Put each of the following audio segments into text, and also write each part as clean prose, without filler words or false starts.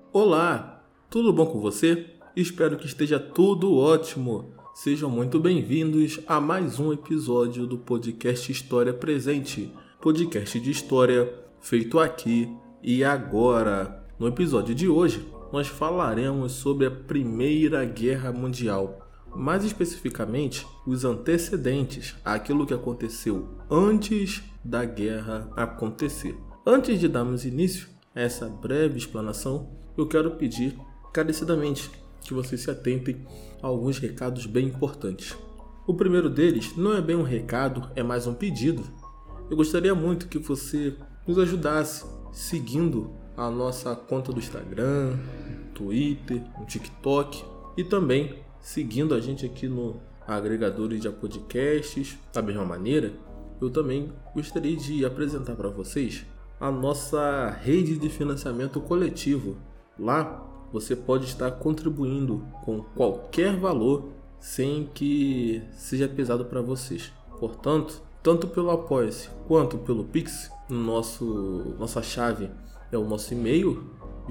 Olá, tudo bom com você? Espero que esteja tudo ótimo. Sejam muito bem-vindos a mais um episódio do podcast História Presente, podcast de história feito aqui e agora. No episódio de hoje, nós falaremos sobre a Primeira Guerra Mundial, mais especificamente os antecedentes, aquilo que aconteceu antes da guerra acontecer. Antes de darmos início a essa breve explanação, eu quero pedir encarecidamente que vocês se atentem a alguns recados bem importantes. O primeiro deles não é bem um recado, é mais um pedido. Eu gostaria muito que você nos ajudasse seguindo a nossa conta do Instagram, no Twitter, no TikTok e também seguindo a gente aqui no agregadores de podcasts. Da mesma maneira, eu também gostaria de apresentar para vocês a nossa rede de financiamento coletivo. Lá você pode estar contribuindo com qualquer valor sem que seja pesado para vocês. Portanto, tanto pelo Apoia-se quanto pelo Pix, nossa chave é o nosso e-mail,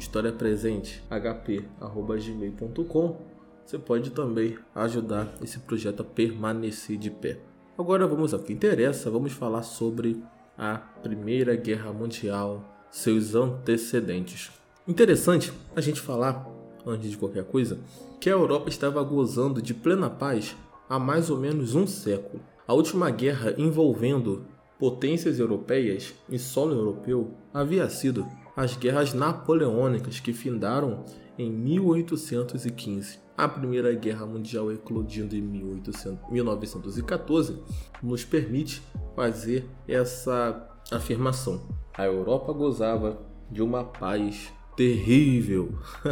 historiapresentehp@gmail.com. Você pode também ajudar esse projeto a permanecer de pé. Agora vamos ao que interessa, vamos falar sobre a Primeira Guerra Mundial, seus antecedentes. Interessante a gente falar, antes de qualquer coisa, que a Europa estava gozando de plena paz há mais ou menos um século. A última guerra envolvendo potências europeias em solo europeu havia sido as guerras napoleônicas, que findaram em 1815. A Primeira Guerra Mundial, eclodindo em 1914, nos permite fazer essa afirmação. A Europa gozava de uma paz terrível,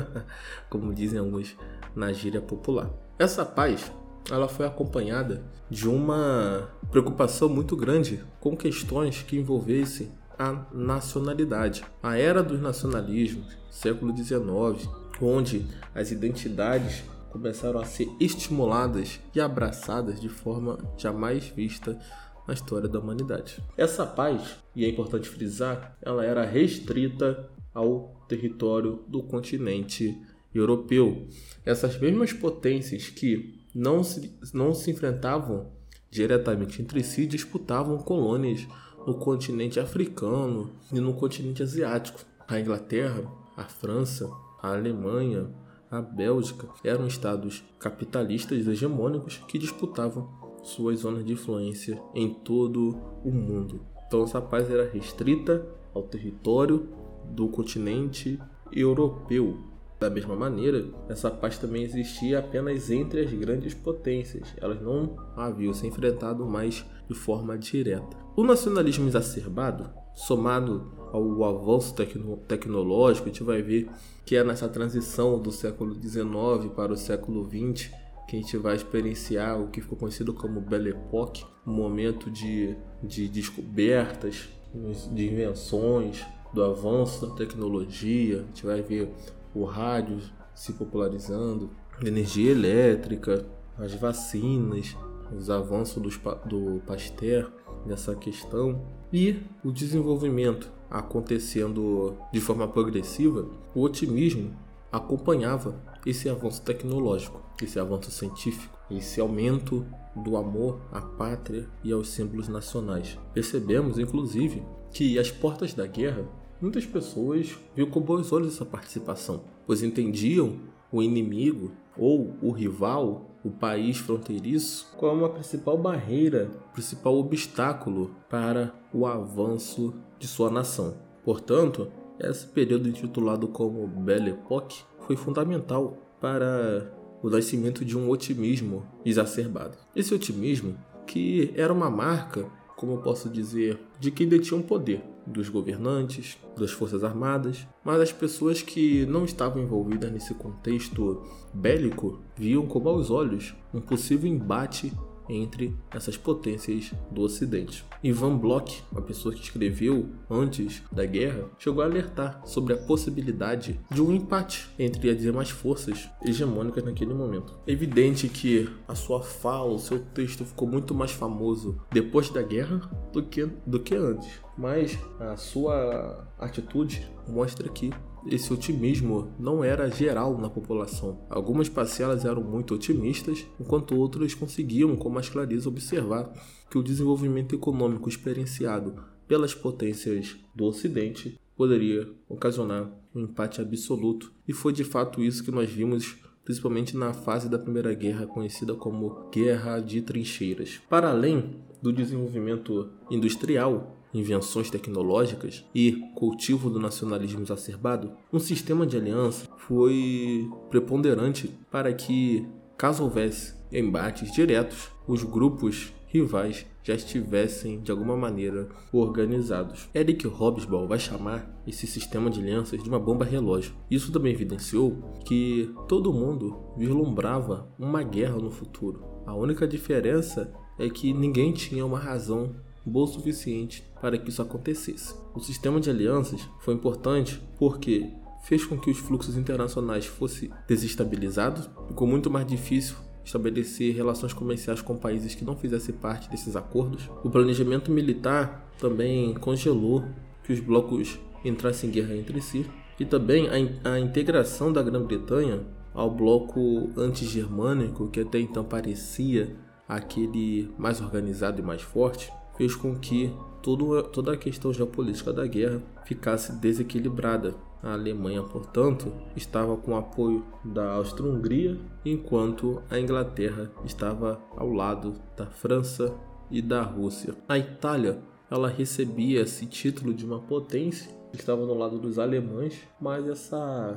como dizem alguns na gíria popular. Essa paz, ela foi acompanhada de uma preocupação muito grande com questões que envolvessem a nacionalidade. A era dos nacionalismos, século XIX, onde as identidades começaram a ser estimuladas e abraçadas de forma jamais vista na história da humanidade. Essa paz, e é importante frisar, ela era restrita ao território do continente europeu. Essas mesmas potências que não se enfrentavam diretamente entre si disputavam colônias no continente africano e no continente asiático. A Inglaterra, a França, a Alemanha, a Bélgica eram estados capitalistas hegemônicos que disputavam suas zonas de influência em todo o mundo. Então essa paz era restrita ao território do continente europeu. Da mesma maneira, essa paz também existia apenas entre as grandes potências. Elas não haviam se enfrentado mais de forma direta. O nacionalismo exacerbado, somado ao avanço tecnológico, a gente vai ver que é nessa transição do século XIX para o século XX que a gente vai experienciar o que ficou conhecido como Belle Époque, um momento de descobertas, de invenções, do avanço da tecnologia. A gente vai ver o rádio se popularizando, a energia elétrica, as vacinas, os avanços do Pasteur nessa questão e o desenvolvimento acontecendo de forma progressiva. O otimismo acompanhava esse avanço tecnológico, esse avanço científico, esse aumento do amor à pátria e aos símbolos nacionais. Percebemos, inclusive, que às portas da guerra, muitas pessoas viam com bons olhos essa participação, pois entendiam o inimigo ou o rival, o país fronteiriço, como a principal barreira, o principal obstáculo para o avanço de sua nação. Portanto, esse período intitulado como Belle Époque foi fundamental para o nascimento de um otimismo exacerbado. Esse otimismo que era uma marca, como eu posso dizer, de quem detinha o poder, dos governantes, das forças armadas, mas as pessoas que não estavam envolvidas nesse contexto bélico viam com maus olhos um possível embate entre essas potências do Ocidente. Ivan Bloch, uma pessoa que escreveu antes da guerra, chegou a alertar sobre a possibilidade de um empate entre as demais forças hegemônicas naquele momento. É evidente que a sua fala, o seu texto ficou muito mais famoso depois da guerra do que antes. mas a sua atitude mostra que esse otimismo não era geral na população. Algumas parcelas eram muito otimistas, enquanto outras conseguiam com mais clareza observar que o desenvolvimento econômico experienciado pelas potências do Ocidente poderia ocasionar um empate absoluto. E foi de fato isso que nós vimos principalmente na fase da Primeira Guerra, conhecida como Guerra de Trincheiras. Para além do desenvolvimento industrial, invenções tecnológicas e cultivo do nacionalismo exacerbado, um sistema de aliança foi preponderante para que, caso houvesse embates diretos, os grupos rivais já estivessem de alguma maneira organizados. Eric Hobsbawm vai chamar esse sistema de alianças de uma bomba relógio. Isso também evidenciou que todo mundo vislumbrava uma guerra no futuro. A única diferença é que ninguém tinha uma razão boa o suficiente para que isso acontecesse. O sistema de alianças foi importante porque fez com que os fluxos internacionais fossem desestabilizados, ficou muito mais difícil estabelecer relações comerciais com países que não fizessem parte desses acordos. O planejamento militar também congelou que os blocos entrassem em guerra entre si, e também a integração da Grã-Bretanha ao bloco anti-germânico, que até então parecia aquele mais organizado e mais forte, fez com que toda a questão geopolítica da guerra ficasse desequilibrada. A Alemanha, portanto, estava com o apoio da Áustria-Hungria, enquanto a Inglaterra estava ao lado da França e da Rússia. A Itália, ela recebia esse título de uma potência, estava no lado dos alemães, mas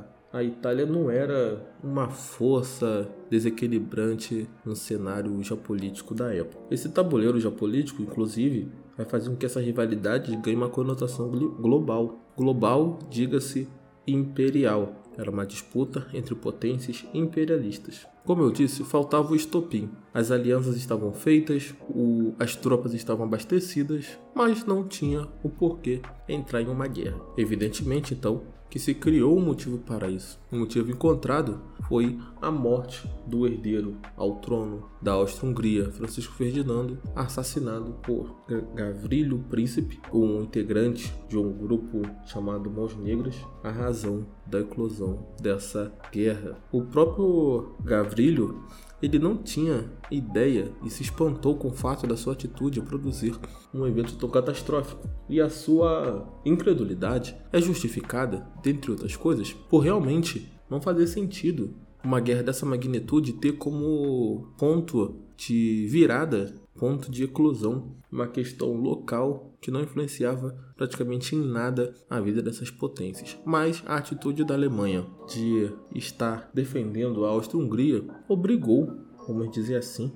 a Itália não era uma força desequilibrante no cenário geopolítico da época. Esse tabuleiro geopolítico, inclusive, vai fazer com que essa rivalidade ganhe uma conotação global. Global, diga-se, imperial. Era uma disputa entre potências imperialistas. Como eu disse, faltava o estopim. As alianças estavam feitas, as tropas estavam abastecidas, mas não tinha o porquê entrar em uma guerra. Evidentemente, então, que se criou um motivo para isso. O motivo encontrado foi a morte do herdeiro ao trono da Áustria-Hungria, Francisco Ferdinando, assassinado por Gavrilo Príncipe, um integrante de um grupo chamado Mãos Negras, a razão da eclosão dessa guerra. O próprio Gavrilo, ele não tinha ideia e se espantou com o fato da sua atitude a produzir um evento tão catastrófico. E a sua incredulidade é justificada, dentre outras coisas, por realmente não fazer sentido uma guerra dessa magnitude ter como ponto de virada, ponto de eclosão, uma questão local que não influenciava praticamente em nada a vida dessas potências. Mas a atitude da Alemanha de estar defendendo a Áustria-Hungria obrigou, vamos dizer assim,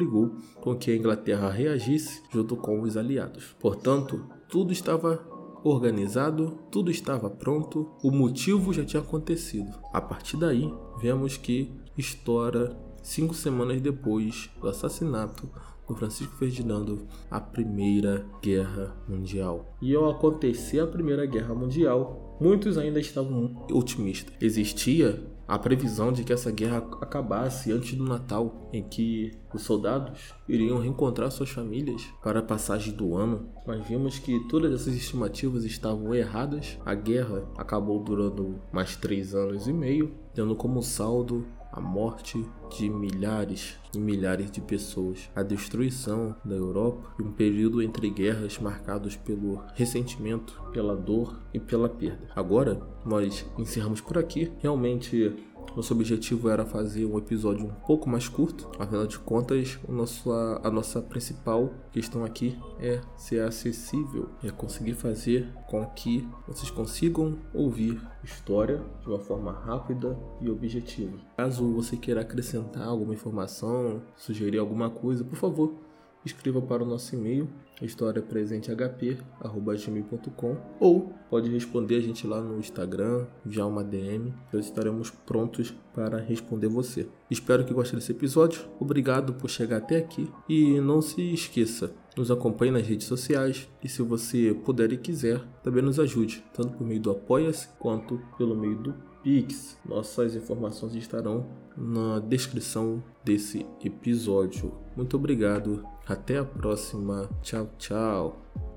com que a Inglaterra reagisse junto com os aliados. Portanto, tudo estava organizado, tudo estava pronto, o motivo já tinha acontecido. A partir daí, vemos que estoura 5 semanas depois do assassinato do Francisco Ferdinando, a Primeira Guerra Mundial. E ao acontecer a Primeira Guerra Mundial, muitos ainda estavam otimistas. Existia a previsão de que essa guerra acabasse antes do Natal, em que os soldados iriam reencontrar suas famílias para a passagem do ano. Mas vimos que todas essas estimativas estavam erradas. A guerra acabou durando mais 3 anos e meio, tendo como saldo a morte de milhares e milhares de pessoas, a destruição da Europa e um período entre guerras marcados pelo ressentimento, pela dor e pela perda. Agora, nós encerramos por aqui. Realmente, nosso objetivo era fazer um episódio um pouco mais curto. Afinal de contas, a nossa principal questão aqui é ser acessível, é conseguir fazer com que vocês consigam ouvir história de uma forma rápida e objetiva. Caso você queira acrescentar alguma informação, sugerir alguma coisa, por favor, escreva para o nosso e-mail historiapresentehp@gmail.com, ou pode responder a gente lá no Instagram, enviar uma DM. Nós estaremos prontos para responder você. Espero que goste desse episódio. Obrigado por chegar até aqui e não se esqueça, nos acompanhe nas redes sociais e, se você puder e quiser, também nos ajude, tanto por meio do Apoia-se quanto pelo meio do Pix. Nossas informações estarão na descrição desse episódio. Muito obrigado. Até a próxima. Tchau, tchau.